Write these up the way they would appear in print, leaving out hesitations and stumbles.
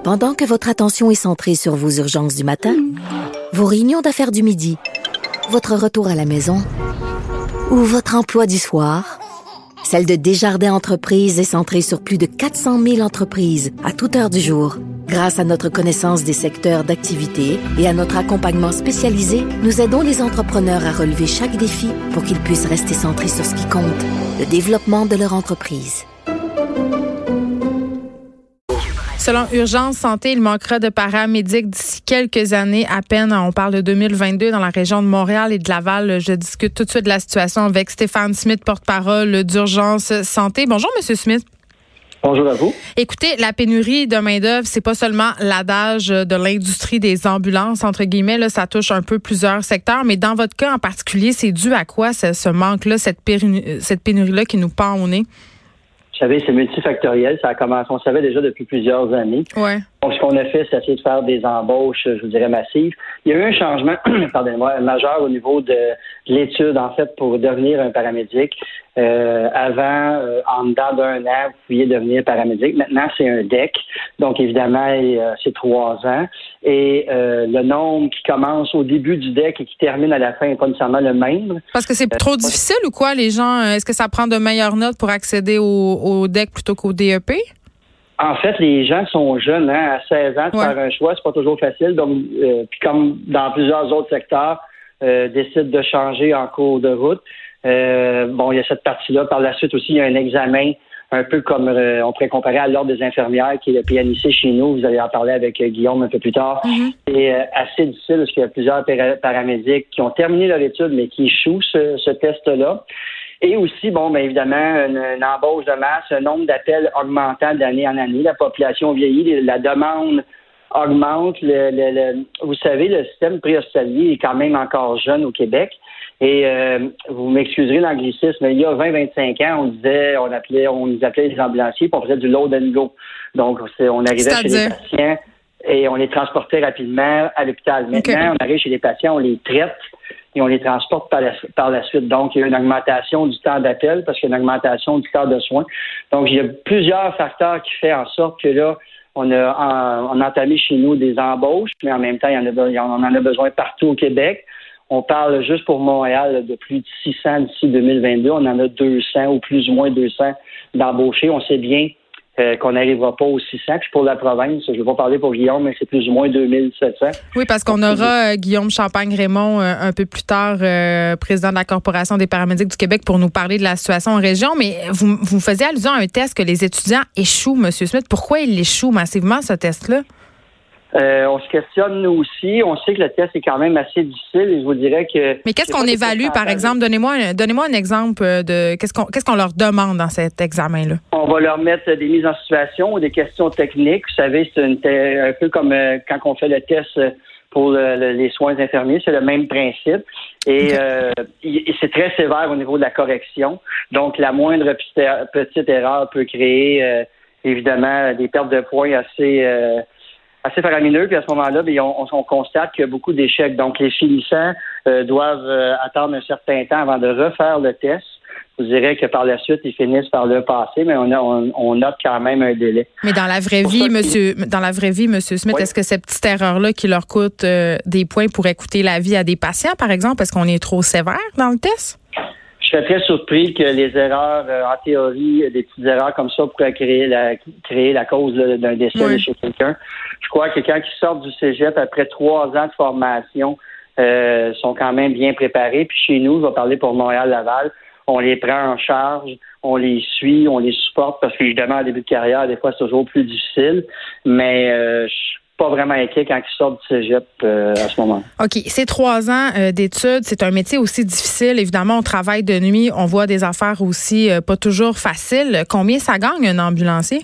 Pendant que votre attention est centrée sur vos urgences du matin, vos réunions d'affaires du midi, votre retour à la maison ou votre emploi du soir, celle de Desjardins Entreprises est centrée sur plus de 400 000 entreprises à toute heure du jour. Grâce à notre connaissance des secteurs d'activité et à notre accompagnement spécialisé, nous aidons les entrepreneurs à relever chaque défi pour qu'ils puissent rester centrés sur ce qui compte, le développement de leur entreprise. Selon Urgence Santé, il manquera de paramédics d'ici quelques années à peine. On parle de 2022 dans la région de Montréal et de Laval. Je discute tout de suite de la situation avec Stéphane Smith, porte-parole d'Urgence Santé. Bonjour, Monsieur Smith. Bonjour à vous. Écoutez, la pénurie de main-d'œuvre, c'est pas seulement l'adage de l'industrie des ambulances, entre guillemets, là, ça touche un peu plusieurs secteurs, mais dans votre cas en particulier, c'est dû à quoi ce manque-là, cette pénurie-là qui nous pend au nez? Vous savez, c'est multifactoriel. Ça a commencé, on savait déjà depuis plusieurs années. Ouais. Donc, ce qu'on a fait, c'est essayer de faire des embauches, je vous dirais, massives. Il y a eu un changement, pardonnez-moi, majeur au niveau de l'étude, en fait, pour devenir un paramédic. Avant, en dedans d'un an, vous pouviez devenir paramédic. Maintenant, c'est un DEC. Donc, évidemment, c'est 3 ans. Et le nombre qui commence au début du DEC et qui termine à la fin n'est pas nécessairement le même. Parce que c'est trop difficile ou quoi, les gens? Est-ce que ça prend de meilleures notes pour accéder au DEC plutôt qu'au DEP? En fait, les gens qui sont jeunes, à 16 ans, de faire un choix, c'est pas toujours facile. Donc, puis comme dans plusieurs autres secteurs, décident de changer en cours de route. Il y a cette partie-là. Par la suite aussi, il y a un examen, un peu comme on pourrait comparer à l'Ordre des infirmières, qui est le PNIC chez nous. Vous allez en parler avec Guillaume un peu plus tard. Mm-hmm. C'est assez difficile parce qu'il y a plusieurs paramédics qui ont terminé leur étude, mais qui échouent ce test-là. Et aussi, évidemment, une embauche de masse, un nombre d'appels augmentant d'année en année. La population vieillit, la demande augmente. Vous savez, le système préhospitalier est quand même encore jeune au Québec. Et vous m'excuserez l'anglicisme, mais il y a 20-25 ans, on nous appelait les ambulanciers, puis on faisait du load and go. Donc, on arrivait chez les patients et on les transportait rapidement à l'hôpital. Maintenant, on arrive chez les patients, on les traite et on les transporte par la suite. Donc, il y a une augmentation du temps d'appel parce qu'il y a une augmentation du temps de soins. Donc, il y a plusieurs facteurs qui font en sorte que là, on a entamé chez nous des embauches, mais en même temps, on en a besoin partout au Québec. On parle juste pour Montréal de plus de 600 d'ici 2022. On en a 200 ou plus ou moins 200 d'embauchés. On sait bien qu'on n'arrivera pas aux 600. Puis pour la province, je ne vais pas parler pour Guillaume, mais c'est plus ou moins 2700. Oui, parce qu'on aura Guillaume Champagne-Raymond un peu plus tard, président de la Corporation des paramédics du Québec, pour nous parler de la situation en région. Mais vous faisiez allusion à un test que les étudiants échouent, M. Smith. Pourquoi ils l'échouent massivement, ce test-là? On se questionne, nous aussi. On sait que le test est quand même assez difficile et je vous dirais que... Mais qu'est-ce qu'on évalue, par exemple? Donnez-moi un exemple de qu'est-ce qu'on leur demande dans cet examen-là? On va leur mettre des mises en situation ou des questions techniques. Vous savez, c'est un peu comme quand on fait le test pour les soins infirmiers. C'est le même principe. Et c'est très sévère au niveau de la correction. Donc, la moindre petite erreur peut créer, évidemment, des pertes de points assez faramineux, puis à ce moment-là, on constate qu'il y a beaucoup d'échecs. Donc, les finissants doivent attendre un certain temps avant de refaire le test. Je vous dirais que par la suite, ils finissent par le passer, mais on note quand même un délai. Mais dans la vraie vie, Monsieur Smith, est-ce que cette petite erreur-là qui leur coûte des points pourrait coûter la vie à des patients, par exemple, parce qu'on est trop sévère dans le test? Je serais très surpris que les erreurs, en théorie, des petites erreurs comme ça pourraient créer la cause d'un décès chez quelqu'un. Je crois que quand ils sortent du cégep après 3 ans de formation, sont quand même bien préparés. Puis chez nous, je vais parler pour Montréal-Laval, on les prend en charge, on les suit, on les supporte parce qu'évidemment, en début de carrière, des fois, c'est toujours plus difficile. Mais je suis pas vraiment inquiet quand ils sortent du cégep à ce moment. OK. C'est 3 ans d'études. C'est un métier aussi difficile. Évidemment, on travaille de nuit. On voit des affaires aussi pas toujours faciles. Combien ça gagne un ambulancier?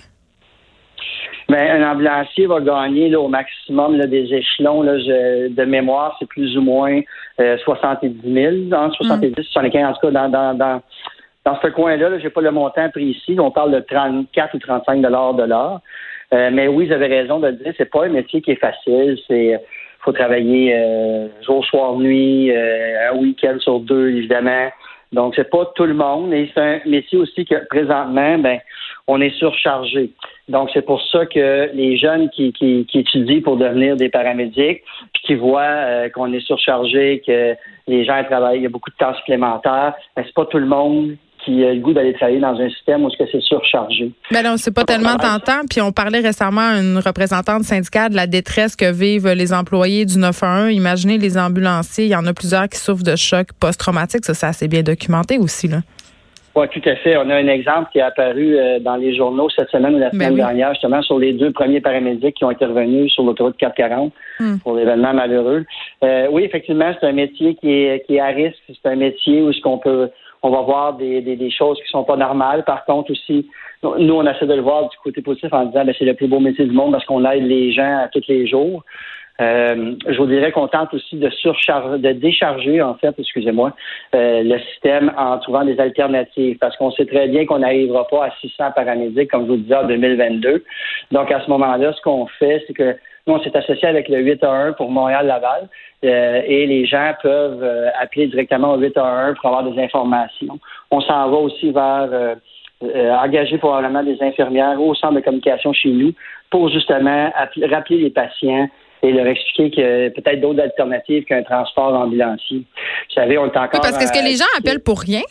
Un ambulancier va gagner là, au maximum là, des échelons là, de mémoire, c'est plus ou moins 70 000, entre 70 et 75 en tout cas dans ce coin-là. J'ai pas le montant précis. On parle de 34 ou 35 $ de l'heure. Mais oui, vous avez raison de le dire, c'est pas un métier qui est facile. Faut travailler jour, soir, nuit, un week-end sur 2, évidemment. Donc, c'est pas tout le monde. Et c'est un métier aussi que, présentement, on est surchargé. Donc, c'est pour ça que les jeunes qui étudient pour devenir des paramédics, puis qui voient qu'on est surchargé, que les gens travaillent, il y a beaucoup de temps supplémentaires, c'est pas tout le monde qui a le goût d'aller travailler dans un système où c'est surchargé. Ben non, c'est pas tellement tentant. Puis on parlait récemment à une représentante syndicale de la détresse que vivent les employés du 911. Imaginez les ambulanciers, il y en a plusieurs qui souffrent de chocs post-traumatiques. Ça, c'est assez bien documenté aussi, là. Oui, tout à fait. On a un exemple qui est apparu dans les journaux cette semaine ou la semaine dernière, justement, sur les 2 premiers paramédics qui ont intervenu sur l'autoroute 440 pour l'événement malheureux. Oui, effectivement, c'est un métier qui est à risque. C'est un métier où on va voir des choses qui sont pas normales. Par contre, aussi, nous, on essaie de le voir du côté positif en disant c'est le plus beau métier du monde parce qu'on aide les gens à tous les jours. Je vous dirais qu'on tente aussi de décharger, en fait, le système en trouvant des alternatives, parce qu'on sait très bien qu'on n'arrivera pas à 600 paramédics, comme je vous le disais, en 2022. Donc, à ce moment-là, ce qu'on fait, c'est que nous, on s'est associé avec le 811 pour Montréal-Laval, et les gens peuvent appeler directement au 811 pour avoir des informations. On s'en va aussi vers engager probablement des infirmières au centre de communication chez nous pour justement rappeler les patients et leur expliquer que peut-être d'autres alternatives qu'un transport ambulancier. Vous savez, on est encore... Oui, parce que est-ce que les gens appellent pour rien?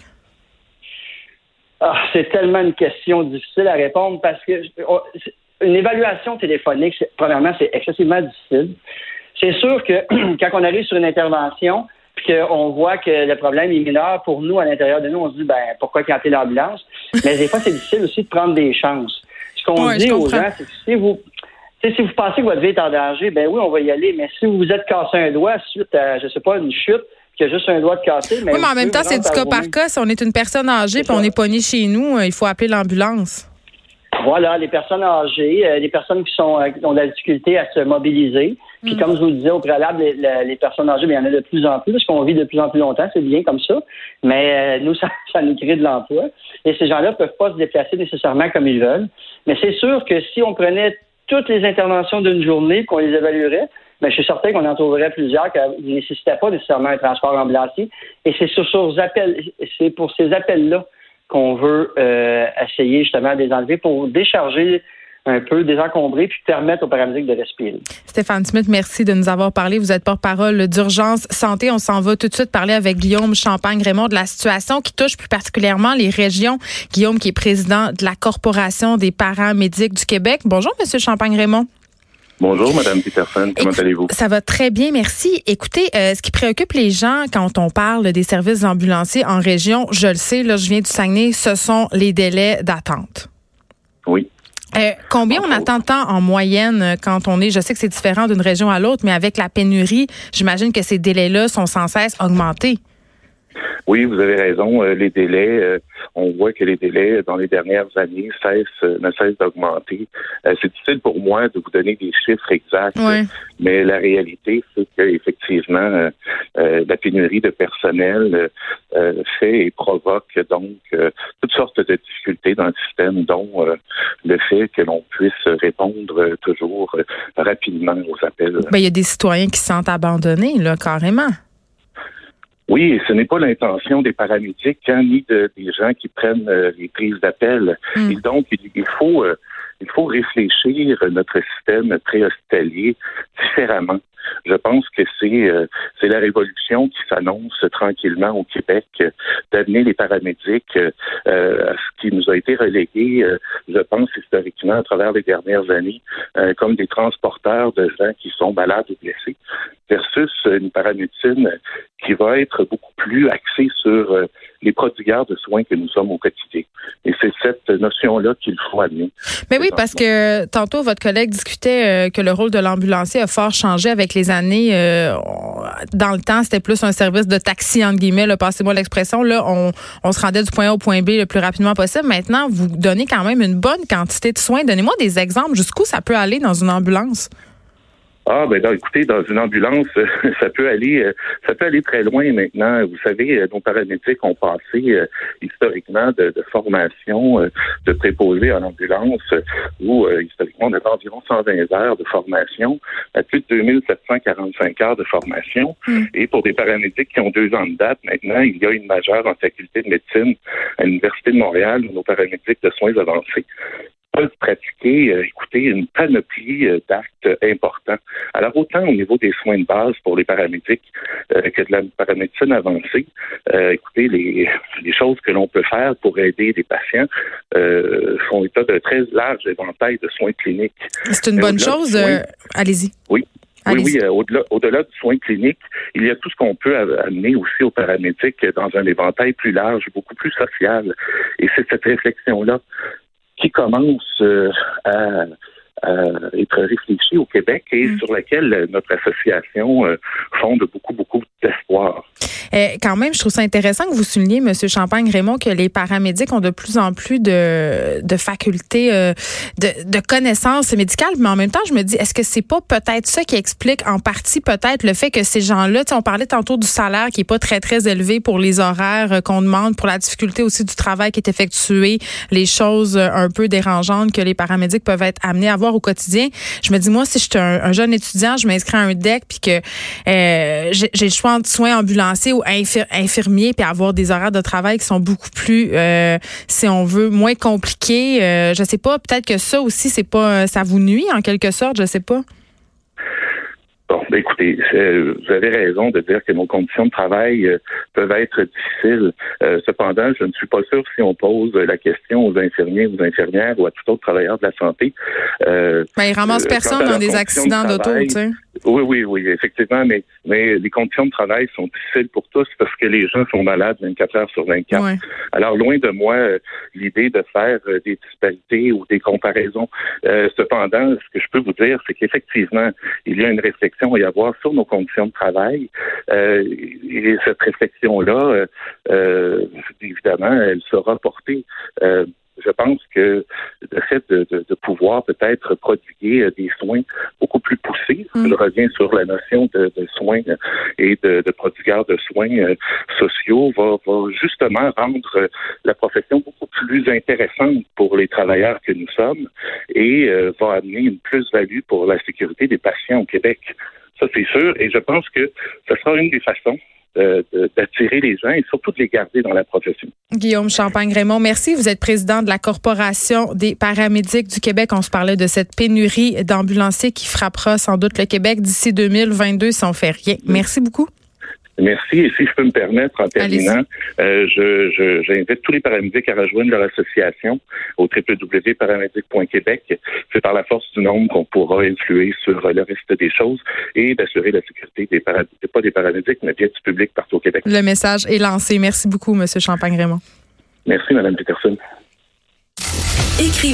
C'est tellement une question difficile à répondre parce que une évaluation téléphonique, premièrement, c'est excessivement difficile. C'est sûr que quand on arrive sur une intervention puis qu'on voit que le problème est mineur, pour nous, à l'intérieur de nous, on se dit, pourquoi appeler l'ambulance? Mais des fois, c'est difficile aussi de prendre des chances. Ce qu'on dit aux gens, c'est que si vous pensez que votre vie est en danger, oui, on va y aller. Mais si vous vous êtes cassé un doigt suite à, une chute, qu'il y a juste un doigt de cassé... Oui, mais en même temps, c'est du cas par cas. Si on est une personne âgée puis on est pogné chez nous, il faut appeler l'ambulance. Voilà, les personnes âgées, les personnes qui ont de la difficulté à se mobiliser. Puis comme je vous le disais au préalable, les personnes âgées, il y en a de plus en plus, parce qu'on vit de plus en plus longtemps, c'est bien comme ça. Mais nous, ça nous crée de l'emploi. Et ces gens-là ne peuvent pas se déplacer nécessairement comme ils veulent. Mais c'est sûr que si on prenait toutes les interventions d'une journée, qu'on les évaluerait, je suis certain qu'on en trouverait plusieurs qui ne nécessitaient pas nécessairement un transport ambulancier. Et c'est pour ces appels-là qu'on veut essayer justement de les enlever pour décharger un peu, désencombrer, puis permettre aux paramédics de respirer. Stéphane Smith, merci de nous avoir parlé. Vous êtes porte-parole d'Urgence Santé. On s'en va tout de suite parler avec Guillaume Champagne-Raymond de la situation qui touche plus particulièrement les régions. Guillaume, qui est président de la Corporation des paramédics du Québec. Bonjour, Monsieur Champagne-Raymond. Bonjour, Madame Peterson. Comment allez-vous? Ça va très bien, merci. Écoutez, ce qui préoccupe les gens quand on parle des services ambulanciers en région, je le sais, là, je viens du Saguenay, ce sont les délais d'attente. Oui. Combien on attend de temps en moyenne quand on est, je sais que c'est différent d'une région à l'autre, mais avec la pénurie, j'imagine que ces délais-là sont sans cesse augmentés. Oui, vous avez raison. Les délais, on voit que les délais dans les dernières années ne cessent d'augmenter. C'est difficile pour moi de vous donner des chiffres exacts, mais la réalité, c'est qu'effectivement, la pénurie de personnel fait et provoque donc toutes sortes de difficultés dans le système, dont le fait que l'on puisse répondre toujours rapidement aux appels. Il y a des citoyens qui se sentent abandonnés, là, carrément. Oui, et ce n'est pas l'intention des paramédics, ni des gens qui prennent les prises d'appel. Et donc, il faut réfléchir notre système préhospitalier différemment. Je pense que c'est la révolution qui s'annonce tranquillement au Québec, d'amener les paramédics à ce qui nous a été relégué, je pense historiquement à travers les dernières années, comme des transporteurs de gens qui sont malades ou blessés, versus une paramédecine qui va être beaucoup plus axée sur les prodigueurs de soins que nous sommes au quotidien. Et c'est cette notion-là qu'il faut amener. Mais oui, parce que tantôt, votre collègue discutait que le rôle de l'ambulancier a fort changé avec les années. Dans le temps, c'était plus un service de taxi, entre guillemets, là, passez-moi l'expression. Là, on se rendait du point A au point B le plus rapidement possible. Maintenant, vous donnez quand même une bonne quantité de soins. Donnez-moi des exemples. Jusqu'où ça peut aller dans une ambulance? Écoutez, dans une ambulance, ça peut aller très loin maintenant. Vous savez, nos paramédics ont passé historiquement de formation de préposés en ambulance, où historiquement on avait environ 120 heures de formation, à plus de 2745 heures de formation. Et pour des paramédics qui ont 2 ans de date, maintenant, il y a une majeure en faculté de médecine à l'Université de Montréal, où nos paramédics de soins avancés peuvent pratiquer, une panoplie d'actes importants. Alors, autant au niveau des soins de base pour les paramédics que de la paramédecine avancée, les choses que l'on peut faire pour aider les patients font état d'un très large éventail de soins cliniques. C'est une bonne chose. Allez-y. Oui. Oui, au-delà du soin clinique, il y a tout ce qu'on peut amener aussi aux paramédics dans un éventail plus large, beaucoup plus social. Et c'est cette réflexion-là qui commence à être réfléchie au Québec et sur laquelle notre association fonde beaucoup d'espoir. Quand même, je trouve ça intéressant que vous souligniez, M. Champagne-Raymond, que les paramédics ont de plus en plus de facultés, de connaissances médicales, mais en même temps, je me dis, est-ce que c'est pas peut-être ça qui explique en partie peut-être le fait que ces gens-là, on parlait tantôt du salaire qui est pas très, très élevé pour les horaires qu'on demande, pour la difficulté aussi du travail qui est effectué, les choses un peu dérangeantes que les paramédics peuvent être amenés à voir au quotidien. Je me dis, moi, si je suis un jeune étudiant, je m'inscris à un DEC puis que j'ai le choix entre soins ambulanciers ou infirmiers puis avoir des horaires de travail qui sont beaucoup plus, si on veut, moins compliqués. Je sais pas, peut-être que ça aussi, c'est pas, ça vous nuit en quelque sorte, je sais pas. Bon, écoutez, vous avez raison de dire que nos conditions de travail peuvent être difficiles. Cependant, je ne suis pas sûr si on pose la question aux infirmiers, aux infirmières ou à tout autre travailleur de la santé. Ils ramassent personne dans des accidents d'auto, tu sais. Oui, effectivement, mais les conditions de travail sont difficiles pour tous parce que les gens sont malades 24 heures sur 24. Ouais. Alors, loin de moi, l'idée de faire des disparités ou des comparaisons. Cependant, ce que je peux vous dire, c'est qu'effectivement, il y a une réflexion à y avoir sur nos conditions de travail. Et cette réflexion-là, évidemment, elle sera portée. Je pense que le fait de pouvoir peut-être prodiguer des soins beaucoup plus poussés, je reviens sur la notion de soins et de prodigueurs de soins sociaux, va justement rendre la profession beaucoup plus intéressante pour les travailleurs que nous sommes et va amener une plus-value pour la sécurité des patients au Québec. Ça, c'est sûr. Et je pense que ce sera une des façons d'attirer les gens et surtout de les garder dans la profession. Guillaume Champagne-Raymond, merci. Vous êtes président de la Corporation des paramédics du Québec. On se parlait de cette pénurie d'ambulanciers qui frappera sans doute le Québec d'ici 2022 si on fait rien. Merci beaucoup. Merci. Et si je peux me permettre, en terminant, j'invite tous les paramédics à rejoindre leur association au www.paramédic.québec. C'est par la force du nombre qu'on pourra influer sur le reste des choses et d'assurer la sécurité pas des paramédics, mais bien du public partout au Québec. Le message est lancé. Merci beaucoup, M. Champagne-Raymond. Merci, Mme Peterson.